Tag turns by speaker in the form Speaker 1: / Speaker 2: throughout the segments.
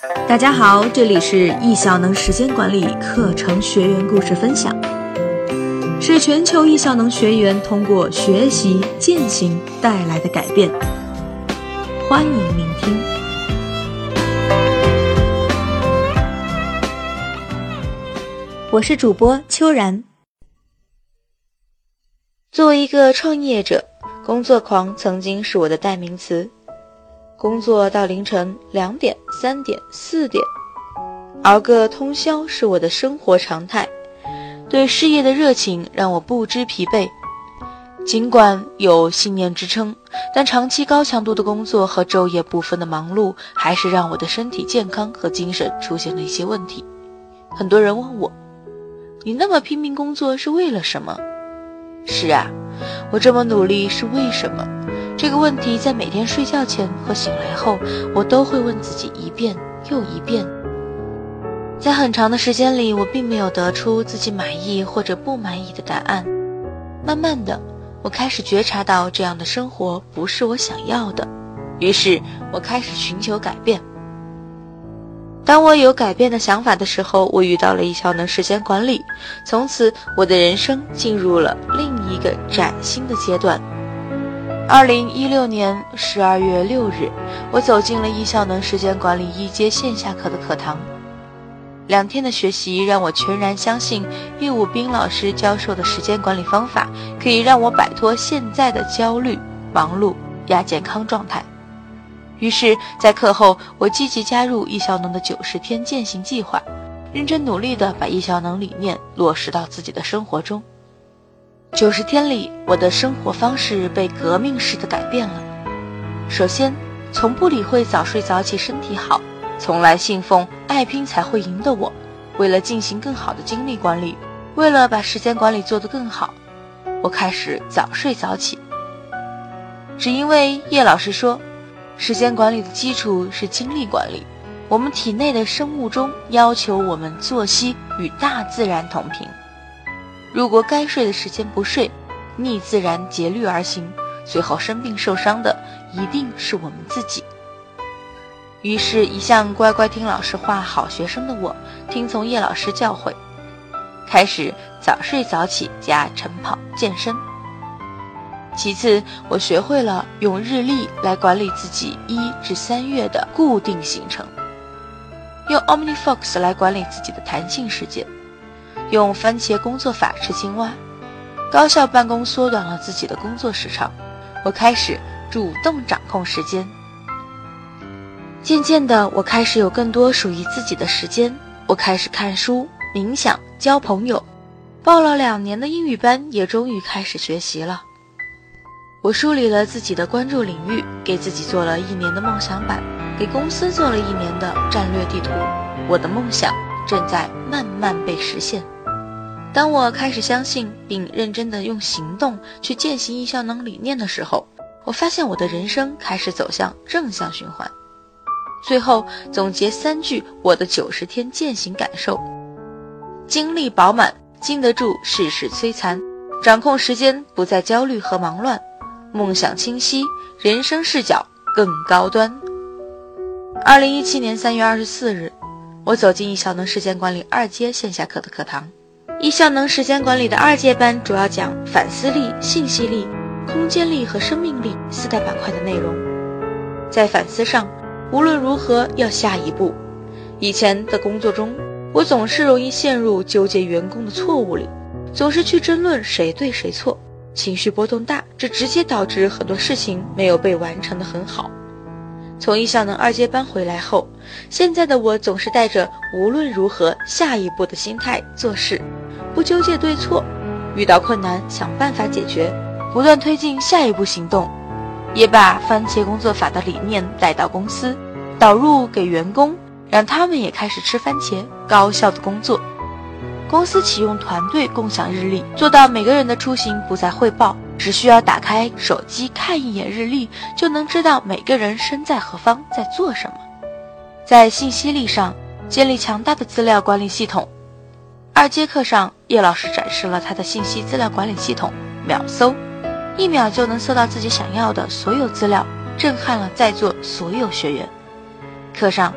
Speaker 1: 大家好，这里是易效能时间管理课程学员故事分享，是全球易效能学员通过学习践行带来的改变，欢迎聆听。我是主播秋然。作为一个创业者，工作狂曾经是我的代名词。工作到凌晨2点、3点、4点，熬个通宵是我的生活常态。对事业的热情让我不知疲惫。尽管有信念支撑，但长期高强度的工作和昼夜不分的忙碌，还是让我的身体健康和精神出现了一些问题。很多人问我，你那么拼命工作是为了什么？是啊，我这么努力是为什么？这个问题在每天睡觉前和醒来后，我都会问自己一遍又一遍。在很长的时间里，我并没有得出自己满意或者不满意的答案。慢慢的，我开始觉察到这样的生活不是我想要的，于是我开始寻求改变。当我有改变的想法的时候，我遇到了易效能时间管理，从此我的人生进入了另一个崭新的阶段。2016年12月6日，我走进了易效能时间管理1阶线下课的课堂。2天的学习让我全然相信叶武斌老师教授的时间管理方法可以让我摆脱现在的焦虑、忙碌、亚健康状态。于是在课后，我积极加入易效能的90天践行计划，认真努力地把易效能理念落实到自己的生活中。90天里，我的生活方式被革命式的改变了。首先，从不理会早睡早起身体好，从来信奉爱拼才会赢的我，为了进行更好的精力管理，为了把时间管理做得更好，我开始早睡早起。只因为叶老师说，时间管理的基础是精力管理，我们体内的生物钟要求我们作息与大自然同频。如果该睡的时间不睡，逆自然节律而行，最后生病受伤的一定是我们自己。于是一向乖乖听老师话好学生的我，听从叶老师教诲，开始早睡早起加晨跑健身。其次，我学会了用日历来管理自己1至3月的固定行程，用 OmniFocus 来管理自己的弹性时间，用番茄工作法吃青蛙，高效办公缩短了自己的工作时长。我开始主动掌控时间。渐渐的，我开始有更多属于自己的时间。我开始看书、冥想、交朋友，报了2年的英语班，也终于开始学习了。我梳理了自己的关注领域，给自己做了1年的梦想版，给公司做了1年的战略地图。我的梦想正在慢慢被实现。当我开始相信并认真地用行动去践行易效能理念的时候，我发现我的人生开始走向正向循环。最后总结3句我的90天践行感受：精力饱满，经得住世事摧残，掌控时间，不再焦虑和忙乱，梦想清晰，人生视角更高端。2017年3月24日，我走进易效能时间管理2阶线下课的课堂。易效能时间管理的2阶班主要讲反思力、信息力、空间力和生命力4大板块的内容。在反思上，无论如何要下一步。以前的工作中，我总是容易陷入纠结员工的错误里，总是去争论谁对谁错，情绪波动大，这直接导致很多事情没有被完成得很好。从易效能2阶班回来后，现在的我总是带着无论如何下一步的心态做事，不纠结对错，遇到困难想办法解决，不断推进下一步行动。也把番茄工作法的理念带到公司，导入给员工，让他们也开始吃番茄，高效的工作。公司启用团队共享日历，做到每个人的出行不再汇报，只需要打开手机看一眼日历，就能知道每个人身在何方，在做什么。在信息力上，建立强大的资料管理系统。2阶课上，叶老师展示了他的信息资料管理系统秒搜，1秒就能搜到自己想要的所有资料，震撼了在座所有学员。课上，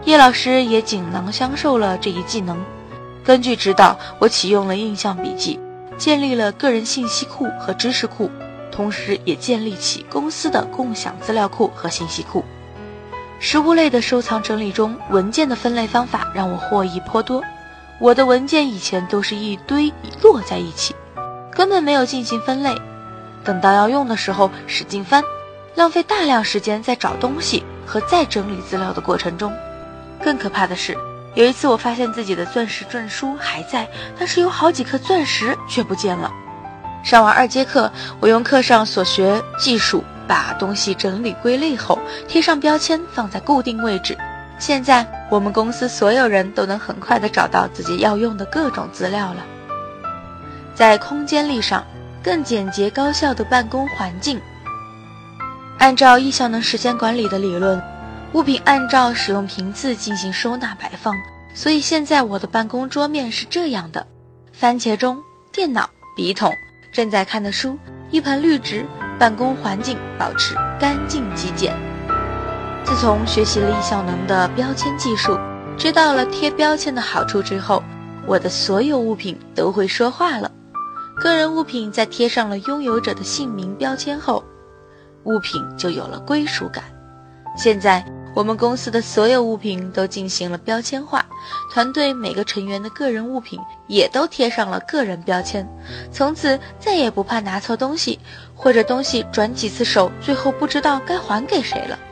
Speaker 1: 叶老师也锦囊相授了这一技能。根据指导，我启用了印象笔记，建立了个人信息库和知识库，同时也建立起公司的共享资料库和信息库。实物类的收藏整理中，文件的分类方法让我获益颇多。我的文件以前都是一堆摞在一起，根本没有进行分类，等到要用的时候使劲翻，浪费大量时间在找东西和再整理资料的过程中。更可怕的是，有一次我发现自己的钻石证书还在，但是有好几颗钻石却不见了。上完2节课，我用课上所学技术把东西整理归类后，贴上标签放在固定位置。现在我们公司所有人都能很快地找到自己要用的各种资料了。在空间力上，更简洁高效的办公环境。按照易效能时间管理的理论，物品按照使用频次进行收纳摆放，所以现在我的办公桌面是这样的：番茄钟、电脑、笔筒、正在看的书、一盆绿植，办公环境保持干净极简。自从学习了易效能的标签技术，知道了贴标签的好处之后，我的所有物品都会说话了。个人物品在贴上了拥有者的姓名标签后，物品就有了归属感。现在我们公司的所有物品都进行了标签化，团队每个成员的个人物品也都贴上了个人标签，从此再也不怕拿错东西，或者东西转几次手，最后不知道该还给谁了。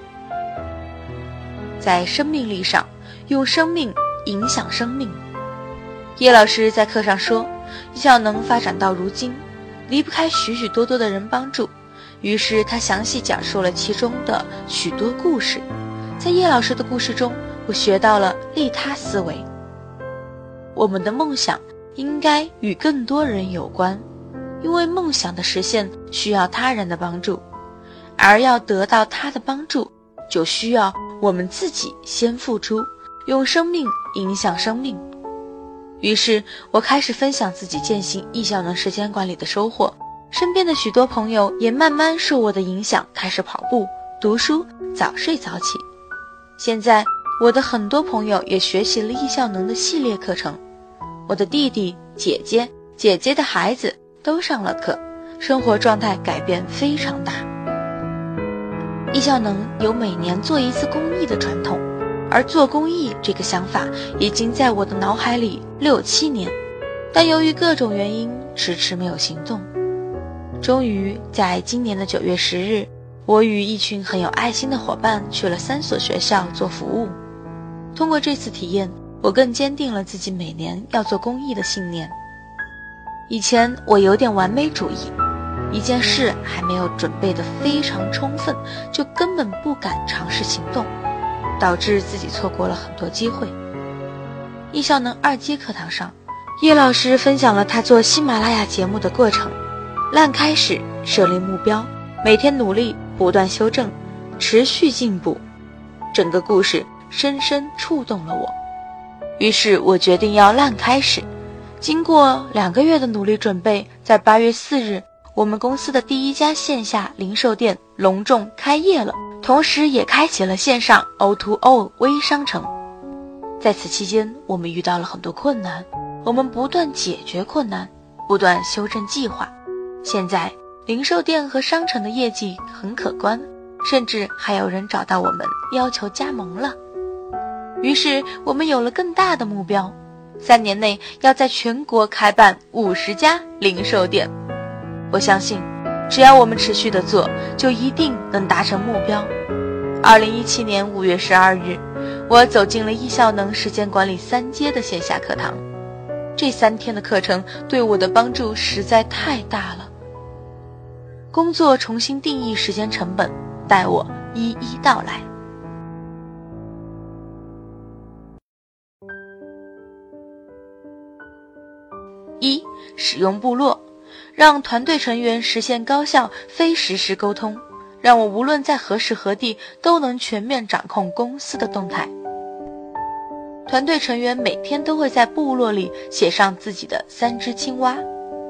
Speaker 1: 在生命力上，用生命影响生命。叶老师在课上说，易效能发展到如今，离不开许许多多的人帮助，于是他详细讲述了其中的许多故事。在叶老师的故事中，我学到了利他思维。我们的梦想应该与更多人有关，因为梦想的实现需要他人的帮助，而要得到他的帮助，就需要我们自己先付出，用生命影响生命。于是我开始分享自己践行易效能时间管理的收获，身边的许多朋友也慢慢受我的影响，开始跑步、读书、早睡早起。现在我的很多朋友也学习了易效能的系列课程，我的弟弟、姐姐、姐姐的孩子都上了课，生活状态改变非常大。易效能有每年做一次公益的传统，而做公益这个想法已经在我的脑海里6、7年，但由于各种原因迟迟没有行动。终于在今年的9月10日，我与一群很有爱心的伙伴去了3所学校做服务。通过这次体验，我更坚定了自己每年要做公益的信念。以前我有点完美主义，一件事还没有准备得非常充分，就根本不敢尝试行动，导致自己错过了很多机会。易效能2阶课堂上，叶老师分享了他做喜马拉雅节目的过程：烂开始，设立目标，每天努力，不断修正，持续进步。整个故事深深触动了我，于是我决定要烂开始。经过2个月的努力准备，在8月4日，我们公司的第1家线下零售店隆重开业了，同时也开启了线上 O2O 微商城。在此期间，我们遇到了很多困难，我们不断解决困难，不断修正计划。现在零售店和商城的业绩很可观，甚至还有人找到我们要求加盟了。于是我们有了更大的目标，3年内要在全国开办50家零售店。我相信只要我们持续的做，就一定能达成目标。2017年5月12日，我走进了易效能时间管理3阶的线下课堂。这3天的课程对我的帮助实在太大了。工作重新定义时间成本，待我一一道来。1、使用部落，让团队成员实现高效非实时沟通，让我无论在何时何地都能全面掌控公司的动态。团队成员每天都会在部落里写上自己的3只青蛙。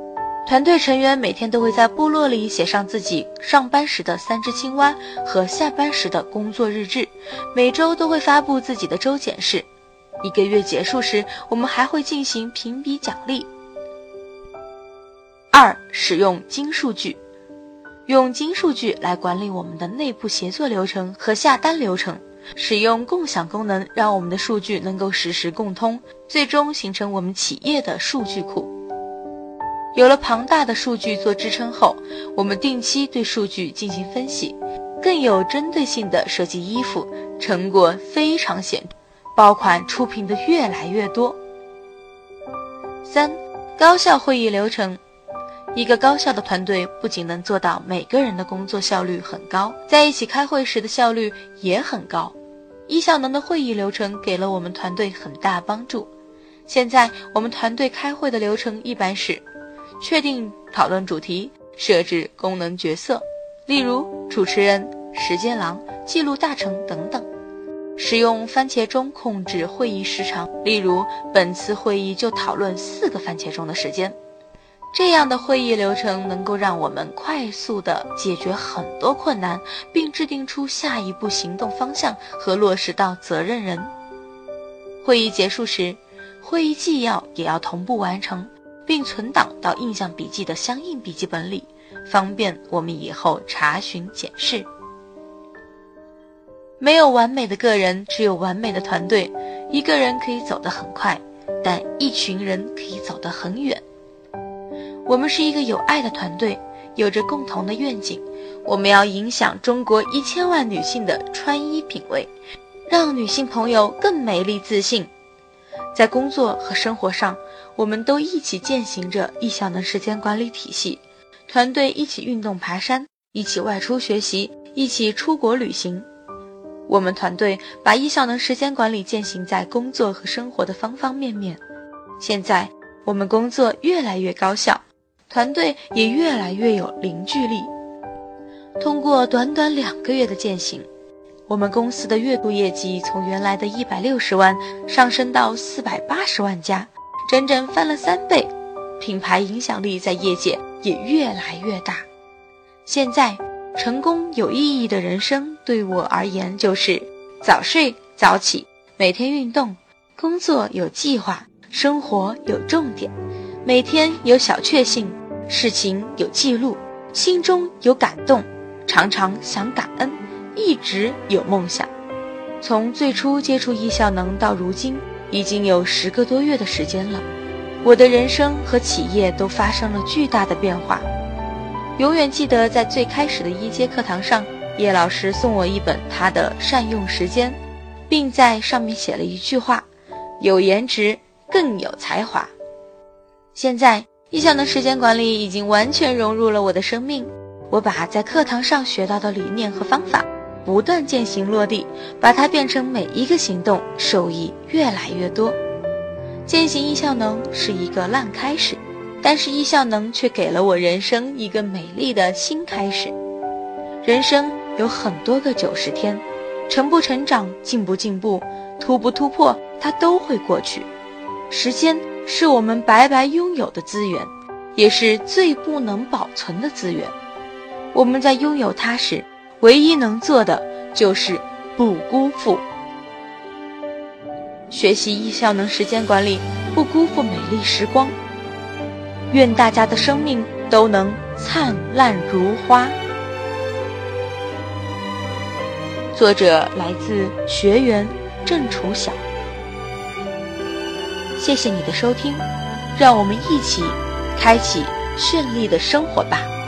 Speaker 1: 团队成员每天都会在部落里写上自己上班时的3只青蛙和下班时的工作日志，每周都会发布自己的周检视。1个月结束时，我们还会进行评比奖励。2. 使用精数据。用精数据来管理我们的内部协作流程和下单流程，使用共享功能，让我们的数据能够实时共通，最终形成我们企业的数据库。有了庞大的数据做支撑后，我们定期对数据进行分析，更有针对性地设计衣服，成果非常显著，爆款出品的越来越多。3. 高效会议流程。一个高效的团队不仅能做到每个人的工作效率很高，在一起开会时的效率也很高。易效能的会议流程给了我们团队很大帮助。现在我们团队开会的流程一般是确定讨论主题，设置功能角色，例如主持人、时间囊、记录大成等等。使用番茄钟控制会议时长，例如本次会议就讨论4个番茄钟的时间。这样的会议流程能够让我们快速地解决很多困难，并制定出下一步行动方向和落实到责任人。会议结束时，会议纪要也要同步完成，并存档到印象笔记的相应笔记本里，方便我们以后查询检视。没有完美的个人，只有完美的团队。一个人可以走得很快，但一群人可以走得很远。我们是一个有爱的团队，有着共同的愿景，我们要影响中国1000万女性的穿衣品味，让女性朋友更美丽自信。在工作和生活上，我们都一起践行着易效能时间管理体系，团队一起运动爬山，一起外出学习，一起出国旅行。我们团队把易效能时间管理践行在工作和生活的方方面面。现在我们工作越来越高效，团队也越来越有凝聚力。通过短短2个月的践行，我们公司的月度业绩从原来的160万上升到480万加，整整翻了3倍，品牌影响力在业界也越来越大。现在成功有意义的人生对我而言就是早睡早起，每天运动，工作有计划，生活有重点，每天有小确幸，事情有记录，心中有感动，常常想感恩，一直有梦想。从最初接触易效能到如今，已经有10个多月的时间了，我的人生和企业都发生了巨大的变化。永远记得在最开始的1节课堂上，叶老师送我一本他的善用时间，并在上面写了一句话：有颜值更有才华。现在易效能时间管理已经完全融入了我的生命，我把在课堂上学到的理念和方法不断践行落地，把它变成每一个行动，受益越来越多。践行易效能是一个烂开始，但是易效能却给了我人生一个美丽的新开始。人生有很多个90天，成不成长，进不进步，突不突破，它都会过去。时间是我们白白拥有的资源，也是最不能保存的资源。我们在拥有它时，唯一能做的就是不辜负。学习易效能时间管理，不辜负美丽时光。愿大家的生命都能灿烂如花。作者来自学员郑楚晓。谢谢你的收听，让我们一起开启绚丽的生活吧。